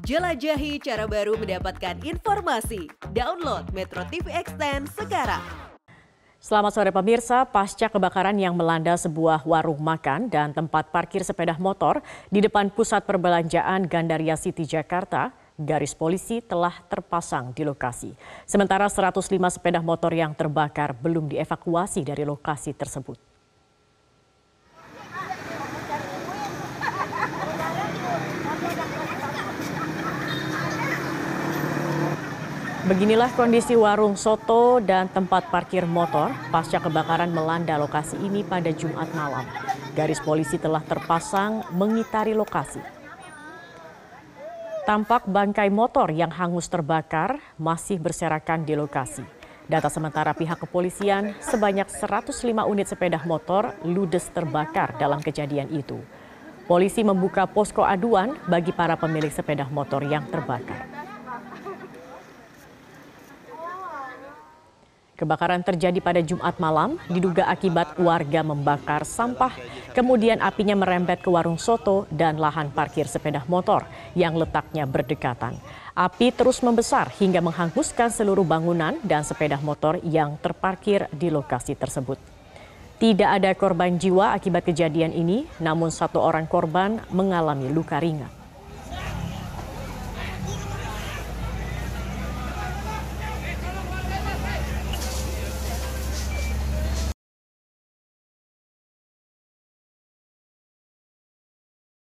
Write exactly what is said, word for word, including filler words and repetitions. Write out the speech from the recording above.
Jelajahi cara baru mendapatkan informasi. Download Metro T V Extend sekarang. Selamat sore pemirsa, pasca kebakaran yang melanda sebuah warung makan dan tempat parkir sepeda motor di depan pusat perbelanjaan Gandaria City, Jakarta, garis polisi telah terpasang di lokasi. Sementara seratus lima sepeda motor yang terbakar belum dievakuasi dari lokasi tersebut. Beginilah kondisi warung soto dan tempat parkir motor pasca kebakaran melanda lokasi ini pada Jumat malam. Garis polisi telah terpasang mengitari lokasi. Tampak bangkai motor yang hangus terbakar masih berserakan di lokasi. Data sementara pihak kepolisian, sebanyak seratus lima unit sepeda motor ludes terbakar dalam kejadian itu. Polisi membuka posko aduan bagi para pemilik sepeda motor yang terbakar. Kebakaran terjadi pada Jumat malam, diduga akibat warga membakar sampah, kemudian apinya merembet ke warung soto dan lahan parkir sepeda motor yang letaknya berdekatan. Api terus membesar hingga menghanguskan seluruh bangunan dan sepeda motor yang terparkir di lokasi tersebut. Tidak ada korban jiwa akibat kejadian ini, namun satu orang korban mengalami luka ringan.